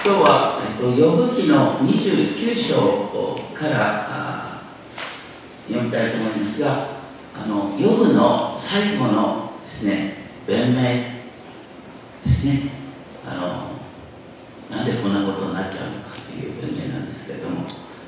今日はヨブ記の29章から読みたいと思いますが、ヨブの最後のですね、弁明ですね。なんでこんなことになっちゃうのかという弁明なんですけれども、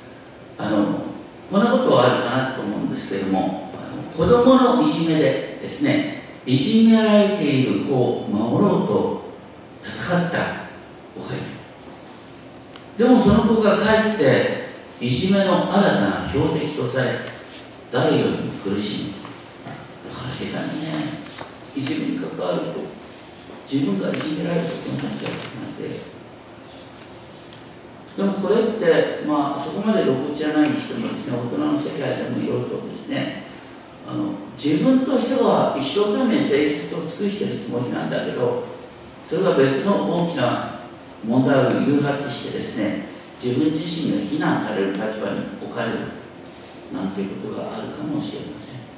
こんなことはあるかなと思うんですけれども、子供のいじめでですね、いじめられている子を守ろうと戦った子がいる。でもその子がかえっていじめの新たな標的とされ、誰よりも苦しむ。だから下手にね、いじめに関わると自分がいじめられることになっちゃうなんて。でもこれって、そこまで露骨じゃないにしてもですね、大人の世界でもいろいろとですね、自分としては一生懸命誠実を尽くしているつもりなんだけど、それが別の大きな問題を誘発してですね、自分自身が非難される立場に置かれるなんていうことがあるかもしれません。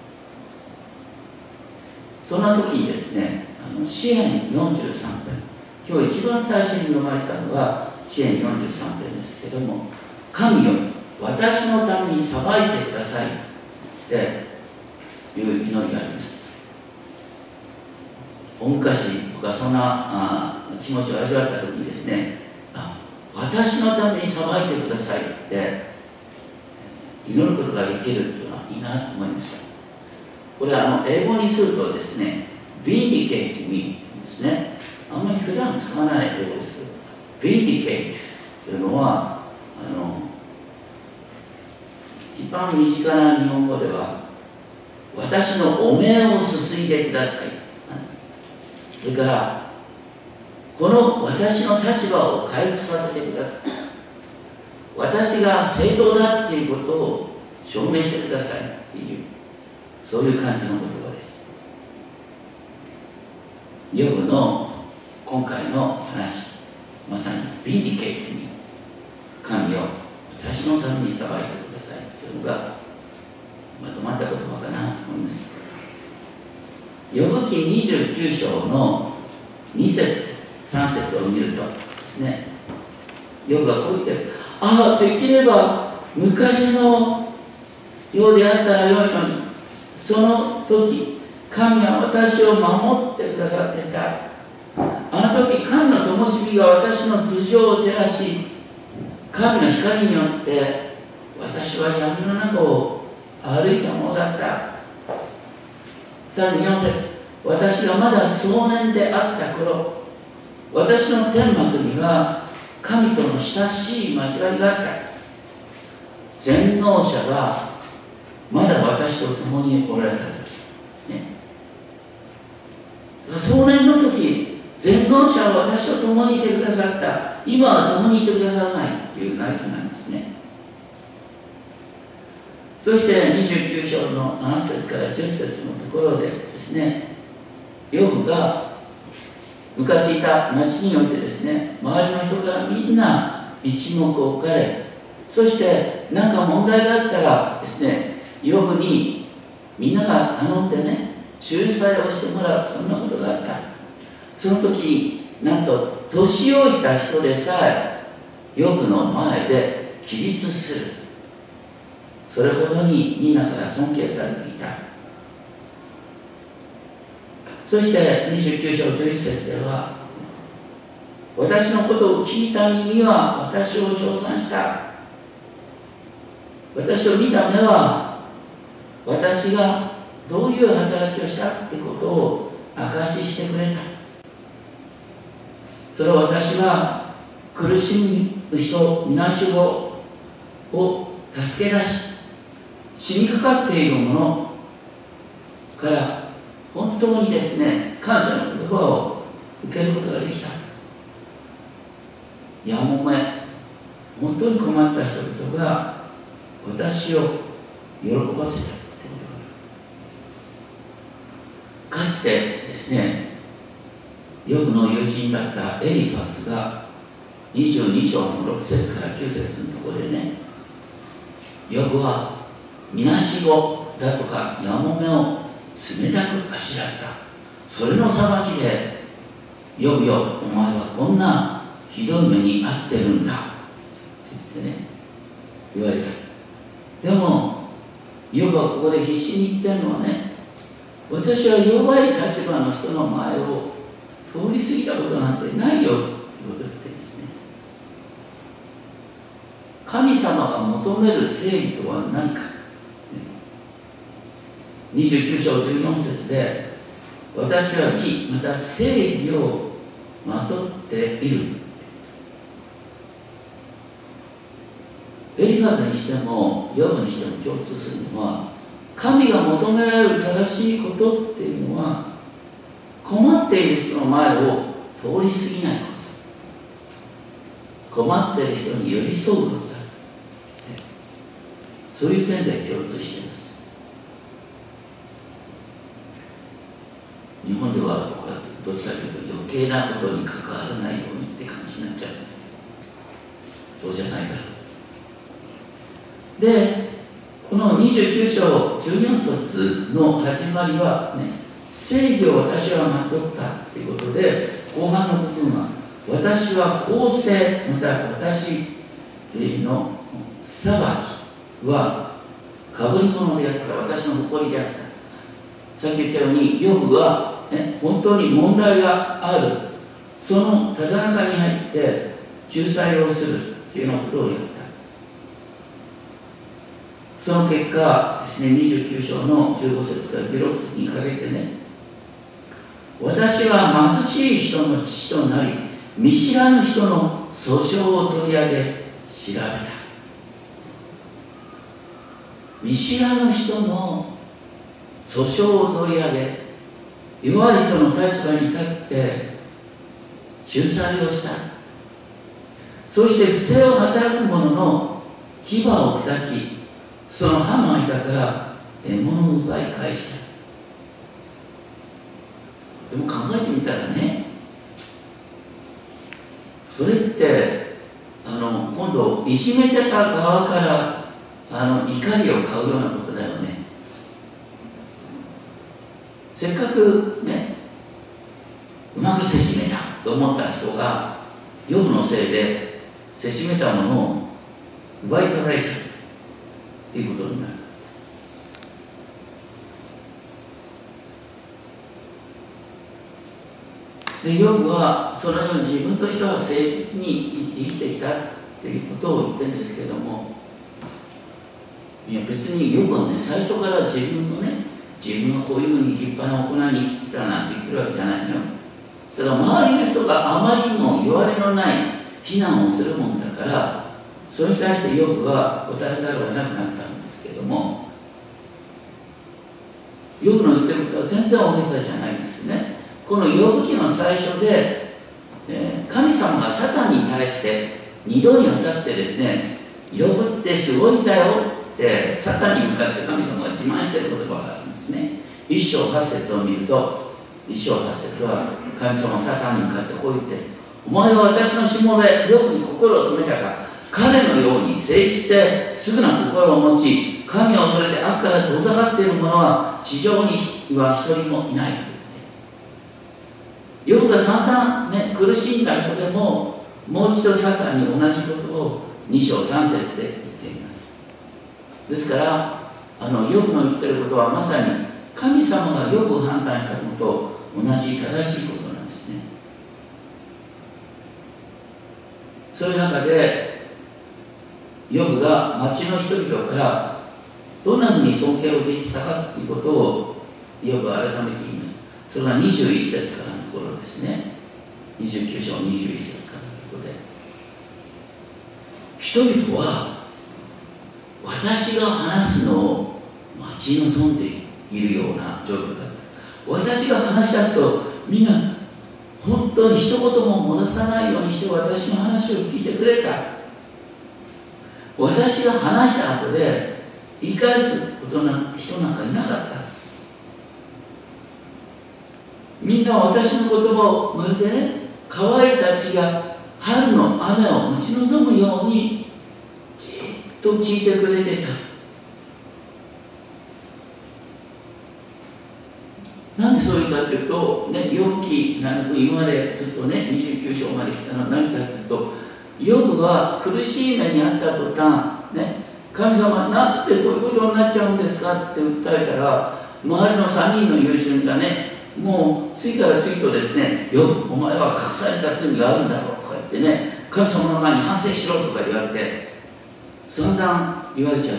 そんな時にですね、詩編43編、今日一番最初に読まれたのは詩編43編ですけども、神よ、私のために裁いてくださいっていう祈りがあります。大昔、僕はそんな気持ちを味わったときにですね、私のために裁いてくださいって祈ることができるというのはいいなと思いました。これは英語にするとですね、vindicate me ですね。あんまり普段使わない英語ですけど、vindicate というのは一番身近な日本語では、私の汚名をすすいでください。それから、この私の立場を回復させてください。私が正当だっていうことを証明してくださいっていう、そういう感じの言葉です。ヨブの今回の話、まさにビンディケイトに、神よ、私のために裁いてくださいというのがまとまった言葉かなと思います。ヨブ記29章の2節3節を見るとですね、ヨブがこう言ってる。できれば昔のようであったらよいのに、その時神は私を守ってくださっていた。あの時神の灯火が私の頭上を照らし、神の光によって私は闇の中を歩いたものだった。さらに4節、私がまだ少年であった頃、私の天幕には神との親しい交わりがあった。全能者がまだ私と共におられた時、少年の時、全能者は私と共にいてくださった。今は共にいてくださらないっていう内容なんですね。そして29章の7節から10節のところでですね、ヨブが昔いた町においてですね、周りの人からみんな一目置かれ、そして何か問題があったらですね、ヨブにみんなが頼んでね、仲裁をしてもらう、そんなことがあった。その時なんと年老いた人でさえヨブの前で起立する。それほどにみんなから尊敬されていた。そして29章11節では、私のことを聞いた耳は私を称賛した。私を見た目は私がどういう働きをしたってことを証ししてくれた。それは私が苦しむ人、みなしごを助け出し、死にかかっているものから本当にですね、感謝の言葉を受けることができた。やもめ、本当に困った人々が私を喜ばせたということがある。かつてですね、ヨブの友人だったエリファズが22章の6節から9節のところでね、ヨブはみなしごだとかやもめを冷たくあしらった。それの裁きで、ヨブよ、お前はこんなひどい目に遭ってるんだって言ってね、言われた。でもヨブはここで必死に言ってるのはね、私は弱い立場の人の前を通り過ぎたことなんてないよってことを言ってるんですね。神様が求める正義とは何か。29章14節で、私は義、また正義をまとっている。エリファズにしてもヨブにしても共通するのは、神が求められる正しいことっていうのは、困っている人の前を通り過ぎないこと、困っている人に寄り添うことだ、そういう点で共通しています。日本では僕はどっちかというと余計なことに関わらないようにって感じになっちゃうんです。そうじゃないだろう。で、この29章14節の始まりはね、正義を私はまとったということで、後半の部分は、私は公正、また私の裁きはかぶり物であった、私の誇りであった。さっき言ったように、ヨブは、ね、本当に問題がある、そのただ中に入って仲裁をするというようなことをやった。その結果ですね、29章の15節から16節にかけてね、私は貧しい人の父となり、見知らぬ人の訴訟を取り上げ調べた。見知らぬ人の訴訟を取り上げ、弱い人の立場に立って仲裁をした。そして不正を働く者の牙を砕き、その歯の間から獲物を奪い返した。でも考えてみたらね、それって今度いじめてた側から怒りを買うようなことだよね。せっかくね、うまくせしめたと思った人がヨブのせいでせしめたものを奪い取られちゃうっていうことになる。で、ヨブはそのように自分としては誠実に生きてきたっていうことを言ってるんですけども、いや別にヨブはね、最初から自分がこういうふうに立派な行いに生きてたなんて言ってるわけじゃないのよ。ただ周りの人があまりにも言われのない非難をするもんだから、それに対してヨブは答えざるを得なくなったんですけども、ヨブの言ってることは全然大げさじゃないんですね。このヨブ記の最初で、神様がサタンに対して2度にわたってですね、ヨブってすごいんだよってサタンに向かって神様が自慢している言葉があるんですね。1章8節を見ると、1章8節は神様はサタンに向かってこう言って、お前は私のしもべヨブに心を止めたか、彼のように誠実ですぐな心を持ち、神を恐れて悪から遠ざかっている者は地上には一人もいないと言って、ヨブが散々、ね、苦しんだ後でももう一度サタンに同じことを2章3節で言っています。ですからヨブの言っていることはまさに神様がヨブを判断したことと同じ正しいことなんですね。そういう中でヨブが町の人々からどんなふうに尊敬を受けていたかということをヨブは改めて言います。それは21節からのところですね。29章21節からのところで、人々は私が話すのを待ち望んでいるような状況だった。私が話し出すとみんな本当に一言も漏らさないようにして私の話を聞いてくれた。私が話した後で言い返す人なんかいなかった。みんな私の言葉をまるでね、乾いた血が春の雨を待ち望むようにじっと聞いてくれてた。なんでそういうかというと、ね、喜ヨブ記、今までずっとね29章まで来たのは何かというと、ヨブは苦しい目にあった途端ね、神様なんでこういうことになっちゃうんですかって訴えたら、周りの3人の友人がね、もう次から次とですね、ヨブお前は隠された罪があるんだろうとか言ってね、神様の前に反省しろとか言われて、散々言われちゃって、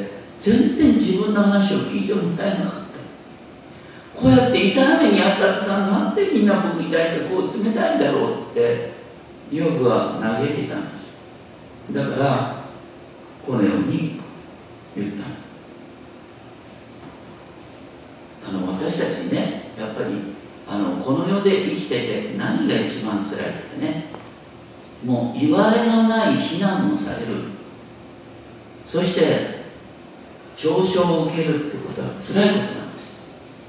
全然自分の話を聞いてもらえなかった。こうやって痛い目にあった途端、なんでみんな僕に対してこう冷たいんだろうってヨブは嘆いていたんです。だからこのように言った。私たちにね、やっぱりこの世で生きてて何が一番辛いってね、もう言われのない非難をされる、そして嘲笑を受けるってことは辛いことなんです。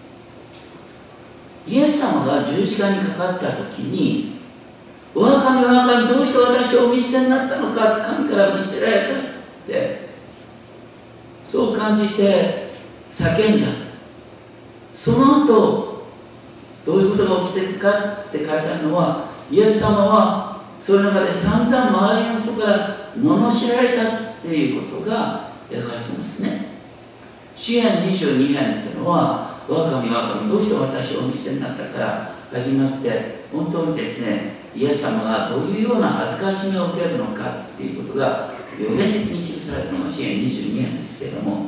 イエス様が十字架にかかった時に、我が神我が神どうして私を見捨てになったのか、神から見捨てられたってそう感じて叫んだ。その後どういうことが起きてるかって書いてあるのは、イエス様はその中で散々周りの人から罵られたっていうことが描かれてますね。詩編22編っていうのは、我が神我が神どうして私を見捨てになったから始まって、本当にですね、イエス様がどういうような恥ずかしみを受けるのかっていうことが予言的に記されたのが詩編22編ですけれども、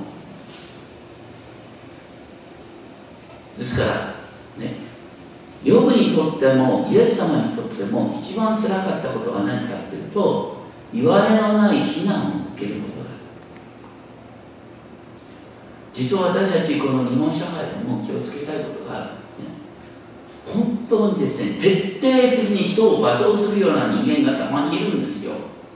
ですからね、ヨブにとってもイエス様にとっても一番つらかったことは何かっていうと、言われのない非難を受けることだ。実は私たちこの日本社会でも気をつけたいことがある、ね、本当にですね、徹底的に人を罵倒するような人間がたまにいるんですよ。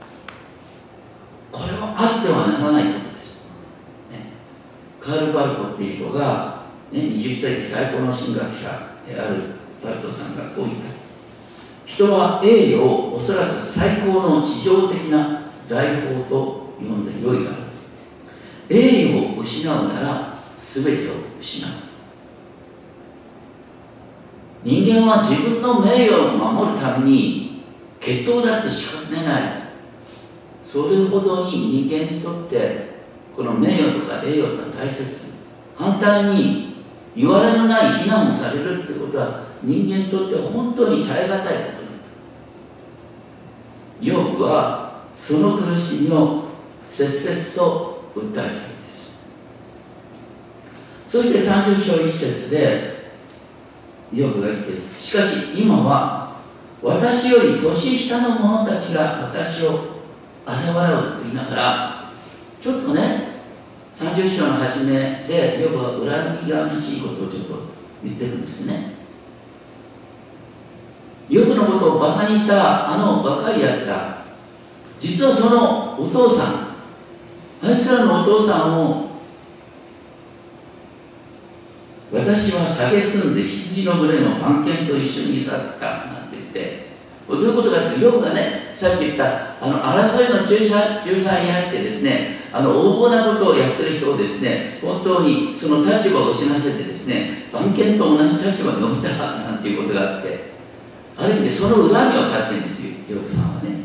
これはあってはならないことです、ね、カール・バルトっていう人が、ね、20世紀最高の神学者であるバルトさんがこう言った。人は栄誉をおそらく最高の地上的な財宝と呼んでよいだろう。栄誉を失うなら全てを失う。人間は自分の名誉を守るために決闘だってしかねない。それほどに人間にとってこの名誉とか栄誉とは大切。反対に言われのない非難をされるってことは人間にとって本当に耐え難いことだった。ヨブはその苦しみを切々と訴えているんです。そして30章1節でヨブが言っている。しかし今は私より年下の者たちが私を嘲笑うと言いながら、ちょっとね、30章の初めでヨブは恨みがましいことをちょっと言ってるんですね。ヨブのことをバカにしたあの若いやつら、実はそのお父さん、あいつらのお父さんを私は蔑んで羊の群れの番犬と一緒に去ったなんて言って、どういうことかというと、ヨブがね、さっき言った争いの仲裁に入ってですね、横暴なことをやってる人をですね、本当にその立場を死なせてですね、番犬と同じ立場に置いたなんていうことがあって、ある意味でその恨みを買ってるんですよ、ヨブさんはね。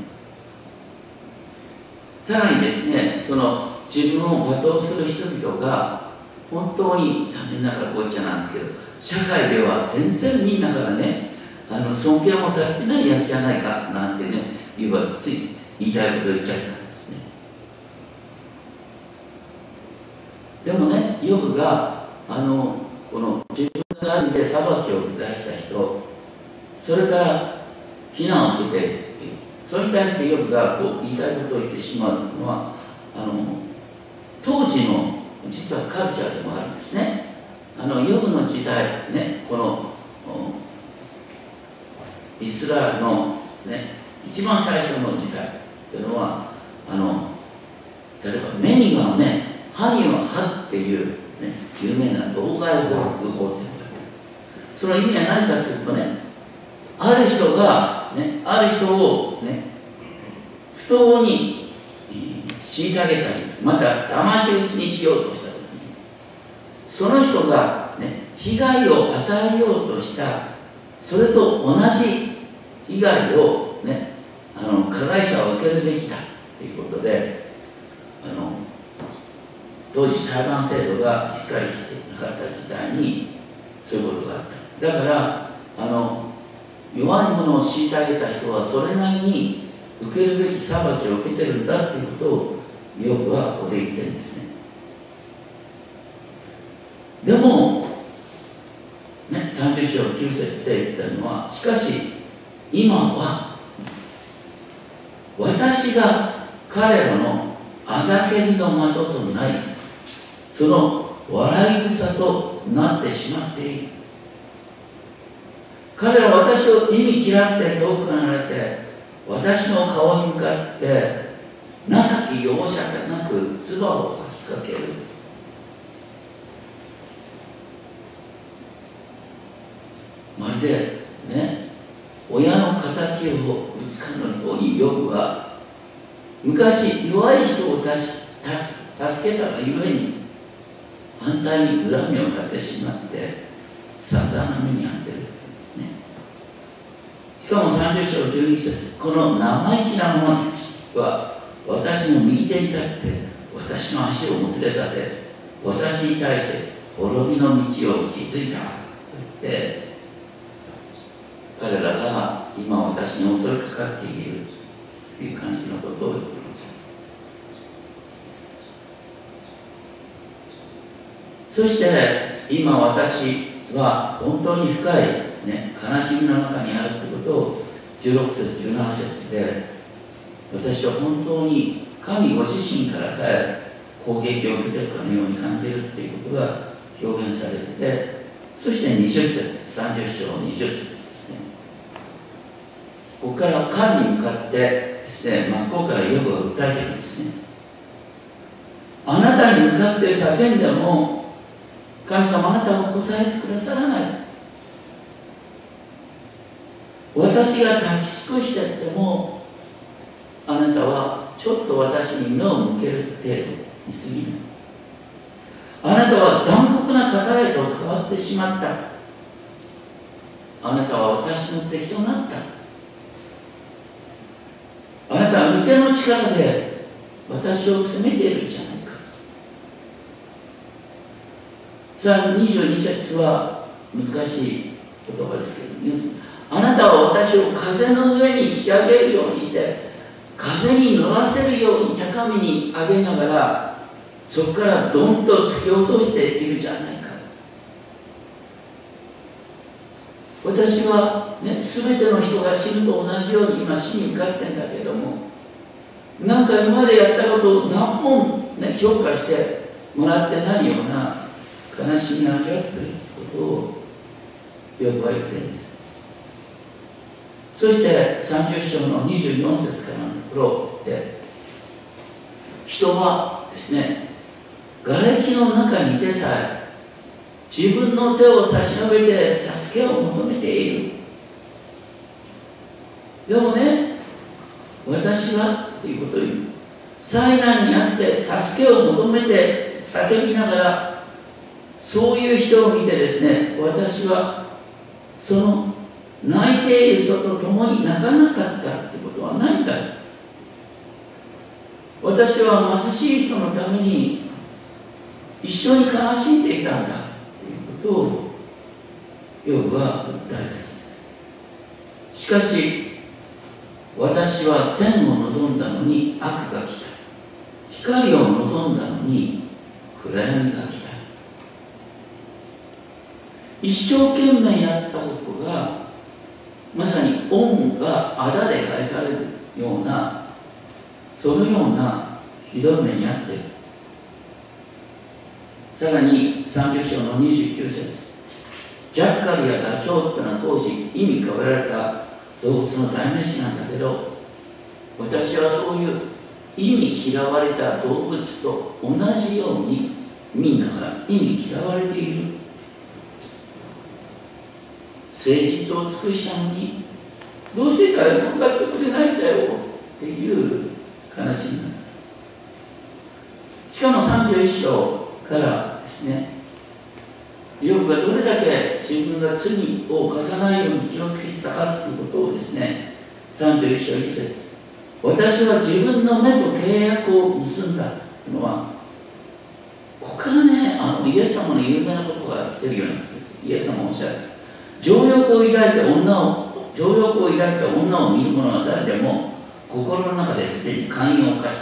さらにですね、その自分を罵倒する人々が本当に残念ながらこう言っちゃなんですけど、社会では全然みんなからね、尊敬もされてないやつじゃないかなんてね、言いたいことを言っちゃったんですね。でもね、ヨブがこの自分があるんで裁きを下した人、それから非難を受けている、それに対してヨブがこう言いたいことを言ってしまうのは、当時の実はカルチャーでもあるんですね。ヨブの時代ね、このイスラエルの、ね、一番最初の時代っていうのは、例えば目には目、歯には歯っていう、ね、有名な同害報復法っていうのがある。その意味は何かというとね、ある人が、ね、ある人を、ね、不当に虐げたり、また騙し討ちにしようとしたときに、その人が、ね、被害を与えようとしたそれと同じ被害をね、加害者は受けるべきだということで、当時裁判制度がしっかりしていなかった時代にそういうことがあった。だから弱いものを虐げた人はそれなりに受けるべき裁きを受けてるんだっていうことをヨブはここで言ってるんですね。でもね、30章9節で言ったのは、しかし今は私が彼らのあざけりの的となり、その笑い草となってしまっている。彼らは私を忌み嫌って遠く離れて、私の顔に向かって情け容赦なく唾を吐きかける。まるでね、親の敵をぶつかるようにヨブは昔弱い人を助けたがゆえに反対に恨みを買ってしまって散々な目に遭っているんですね。しかも30章12節、この生意気な者たちは私の右手に立って私の足をもつれさせ、私に対して滅びの道を築いたと言って、彼らが今私に襲いかかっているという感じのことを言っています。そして今私は本当に深い、ね、悲しみの中にあるということを16節17節で、私は本当に神ご自身からさえ攻撃を受けているかのように感じるということが表現されて、そして20節30章20節ですね。ここから神に向かってですね、真っ向からヨブが訴えているんですね。あなたに向かって叫んでも神様、あなたは答えてくださらない。私が立ち尽くしていってもあなたはちょっと私に目を向ける程度に過ぎない。あなたは残酷な方へと変わってしまった。あなたは私の敵となった。あなたは御手の力で私を責めているじゃないか。さあ22節は難しい言葉ですけど、あなたは私を風の上に引き上げるようにして風に乗らせるように高みに上げながら、そこからドンと突き落としているじゃないか。私はね、全ての人が死ぬと同じように今死に向かってんだけども、なんか今までやったことを何本、ね、評価してもらってないような悲しみを味わっていることをヨブは言っているんです。そして30章の24節からのところで、人はですね、瓦礫の中にいてさえ自分の手を差し伸べて助けを求めている。でもね、私はということを言う。災難にあって助けを求めて叫びながら、そういう人を見てですね、私はその泣いている人と共に泣かなかったってことはないんだ。私は貧しい人のために一緒に悲しんでいたんだということをヨブは訴えたんです。しかし私は善を望んだのに悪が来た。光を望んだのに暗闇が来た。一生懸命やったことがまさに恩があだで返されるような、そのようなひどい目に遭っている。さらに30章の29節、ジャッカルやダチョウというのは当時意味変えられた動物の代名詞なんだけど、私はそういう意味嫌われた動物と同じようにみんなから意味嫌われている。誠実を尽くしたのにどうして誰も分かってくれないんだよっていう悲しみなんです。しかも31章からですね、 ヨブがどれだけ自分が罪を犯さないように気をつけてたかということをですね、31章1節、私は自分の目と契約を結んだというのは、ここからね、イエス様の有名な言葉が来てるようなんです。イエス様おっしゃる、情欲を抱いた女を見る者は誰でも心の中ですでに寛容を犯した。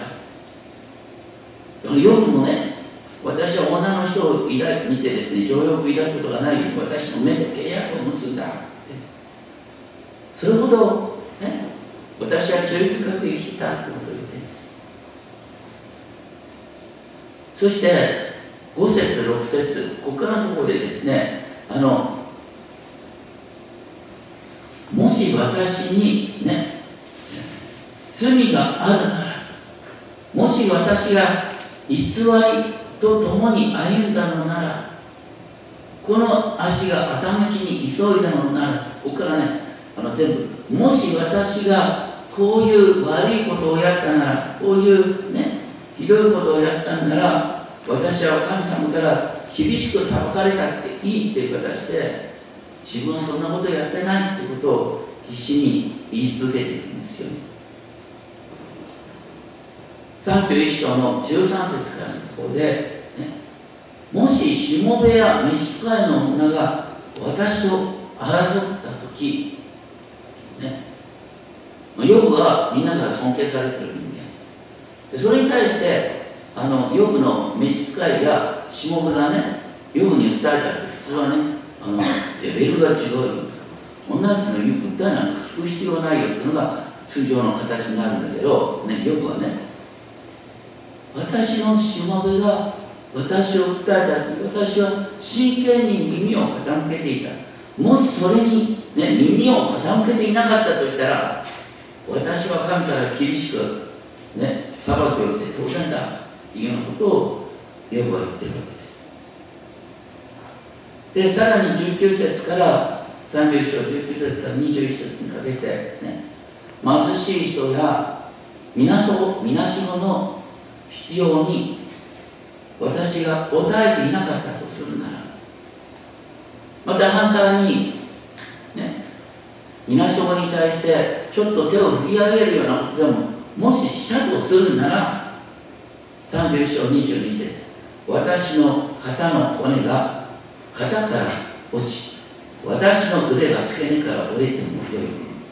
ヨブもね、私は女の人を見てですね、情欲を抱くことがないように私の目と契約を結んだって、それほどね、私は注意深く生きてたということを言っています。そして5節6節、ここからのところでですね、もし私にね、罪があるなら、もし私が偽りと共に歩んだのなら、この足が朝向きに急いだのなら、ここからね、全部、もし私がこういう悪いことをやったなら、こういうね、ひどいことをやったんなら、私は神様から厳しく裁かれたっていいっていう形で、自分はそんなことをやってないっていうことを必死に言い続けていくんですよね。31章の13節からのところで、ね、もししもべや召使いの女が私と争ったとき、ね、ヨブはみんなから尊敬されている人間で、それに対してヨブの召使いやしもべがね、ヨブに訴えたって普通はね、レベルが違うよ、こんなやつの言う訴えなんか聞く必要ないよっていうのが通常の形になるんだけど、ね、ヨブはね、私のしもべが私を訴えた、私は真剣に耳を傾けていた。もしそれに、ね、耳を傾けていなかったとしたら、私は神から厳しく、ね、裁きを受けて当然だっていうようなことをヨブは言ってるわけです。で、さらに19節から31章19節から21節にかけて、ね、貧しい人やみなしごの必要に私が応えていなかったとするなら、また反対にね、みなしごに対してちょっと手を振り上げるようなことでももししたとするなら、31章22節、私の肩の骨が肩から落ち、私の腕が付け根から折れてもよい。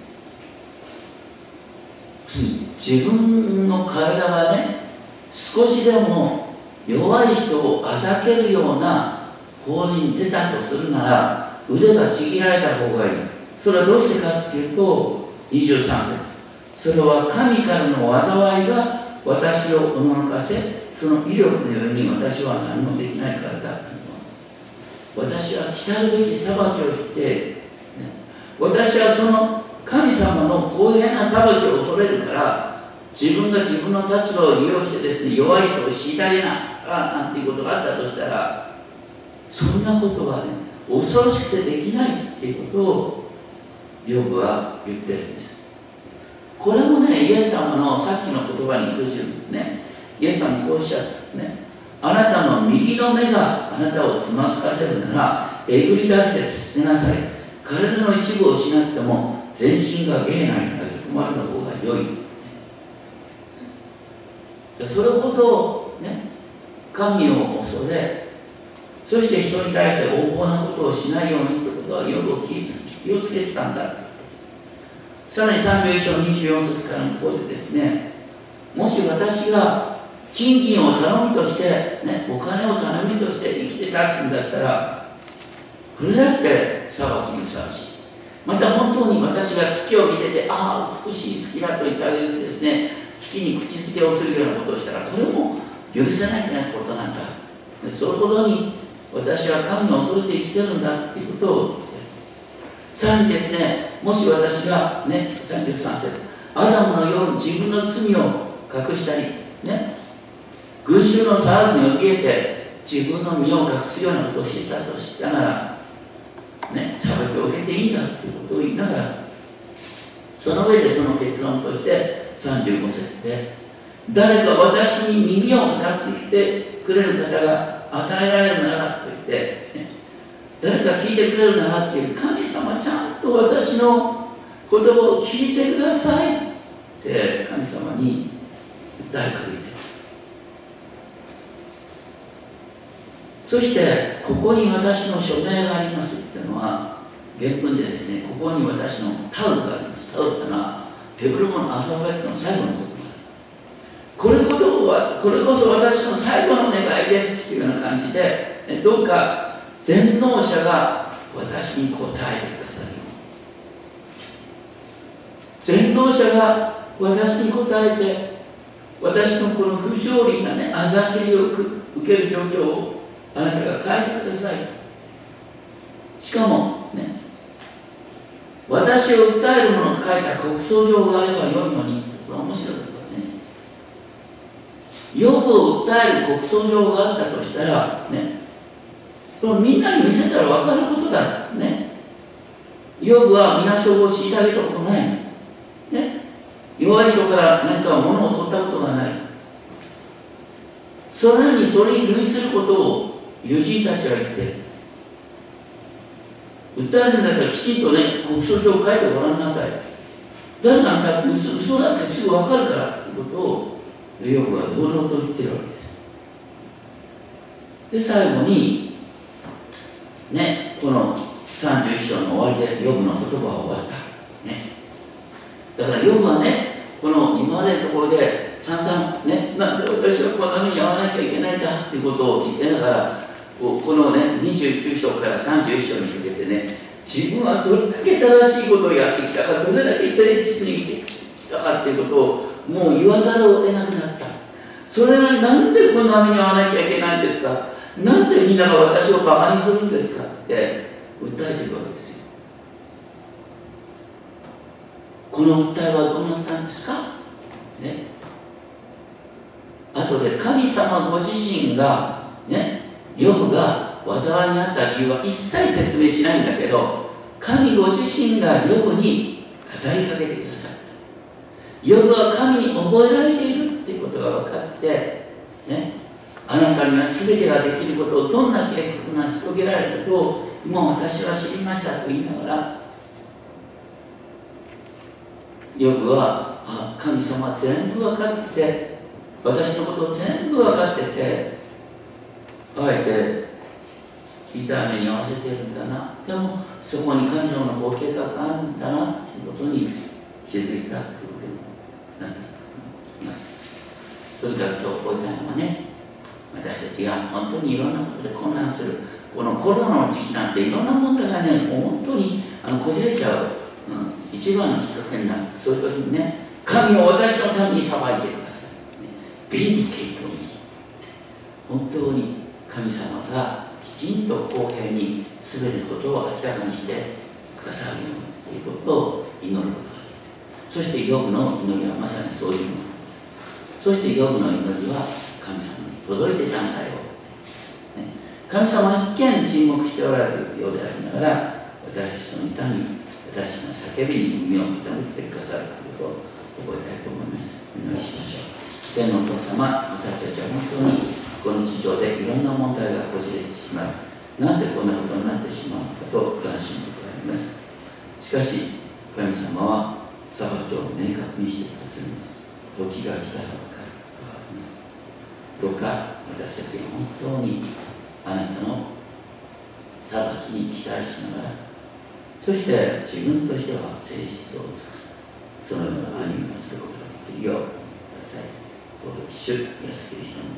自分の体がね、少しでも弱い人をあざけるような行為に出たとするなら、腕がちぎられた方がいい。それはどうしてかっていうと、23節、それは神からの災いが私をおののかせ、その威力のように私は何もできないからだっていうのは、私は来たるべき裁きをして、ね、私はその神様の公平な裁きを恐れるから、自分が自分の立場を利用してですね、弱い人を虐げなんていうことがあったとしたら、そんなことはね、恐ろしくてできないっていうことをヨブは言ってるんです。これもね、イエス様のさっきの言葉に通じるんですね。イエス様にこうおっしゃったね、あなたの右の目があなたをつまずかせるなら、えぐり出して捨てなさい。体の一部を失っても全身がゲーナになり込まれる方が良い。それほどね、神を恐れ、そして人に対して横暴なことをしないようにということはヨブを気をつけてたんだ。さらに31章24節からのところでですね、もし私が金銀を頼みとして、ね、お金を頼みとして生きてたっていうんだったら、これだって裁きにふさわしい。また本当に私が月を見てて、ああ美しい月だと言ってあげるですね、月に口づけをするようなことをしたら、これも許せないことなんだ。それほどに私は神を恐れて生きてるんだっていうことを言ってる。さらにですね、もし私がね、33節、アダムのように自分の罪を隠したりね、群衆の騒ぎに怯えて自分の身を隠すようなことをしていたとしたなら、ね、裁きを受けていいんだということを言いながら、その上でその結論として35節で、誰か私に耳を傾けてくれる方が与えられるならと言って、ね、 誰か聞いてくれるならっていう、神様ちゃんと私の言葉を聞いてくださいって神様に訴えかけて、そしてここに私の署名がありますっていうのは原文でですね、ここに私のタウルがあります。タウルっていうのはヘブル語のアルファベットの最後の言葉。これこそ私の最後の願いですっていうような感じで、どうか全能者が私に答えてくださるように、全能者が私に答えて、私のこの不条理なあざきりを受ける状況をあなたが変えてください。しかもね、私を訴えるものが書いた告訴状があればよいのに、これ面白いことだね。ヨブを訴える告訴状があったとしたらね、これみんなに見せたら分かることだね。ヨブは皆証を虐げたことない、ね、弱い人から何か物を取ったことがない。それに類することを友人たちは言って、訴えるんだったらきちんとね、告訴状を書いてごらんなさい。誰なんだって嘘なんてすぐ分かるからっていうことをヨブは堂々と言ってるわけです。で、最後にね、この31章の終わりでヨブの言葉は終わった、ね、だからヨブはね、この今までのところで散々ね、なんで私はこんなふうにやらなきゃいけないんだっていうことを言ってながら、このね、29章から31章に向けてね、自分はどれだけ正しいことをやってきたか、どれだけ誠実に生きてきたかっていうことをもう言わざるを得なくなった。それがなんでこんな目に遭わなきゃいけないんですか、なんでみんなが私をバカにするんですかって訴えているわけですよ。この訴えはどうなったんですかね。後で神様ご自身がね、ヨブが災いにあった理由は一切説明しないんだけど、神ご自身がヨブに語りかけてください。ヨブは神に覚えられているっていうことが分かって、ね、あなたには全てができることを、どんな計画が成し遂げられることをもう私は知りましたと言いながら、ヨブは神様は全部分かってて、私のことを全部分かってて、あえて痛い目に合わせているんだな、でもそこに神様のご計画があるんだなということに気づいたということになっています。とにかく今日覚えたいのはね、私たちが本当にいろんなことで混乱する、このコロナの時期なんていろんな問題がね、本当にこじれちゃう、一番のきっかけになる。そういう時にね、神を私のために裁いてください、ね、ビンディケイトに、本当に神様がきちんと公平に全てのことを明らかにしてくださるようにということを祈ることができる。そしてヨブの祈りはまさにそういうものです。そしてヨブの祈りは神様に届いてたんだよ、ね、神様は一見沈黙しておられるようでありながら、私たちの痛み、私たちの叫びに耳を傾けてくださるということを覚えたいと思います。お祈りしましょう。天のお父様、私たちは本当にこの地上でいろんな問題がこじれてしまう、なんでこんなことになってしまうのかと悲しむことがあります。しかし神様は裁きを明確にしてくださいます。時が来たら分かるとあります。どうか私たちが本当にあなたの裁きに期待しながら、そして自分としては誠実を尽くす、そのような歩みをすることができるようにください。尊き主イエスキリストの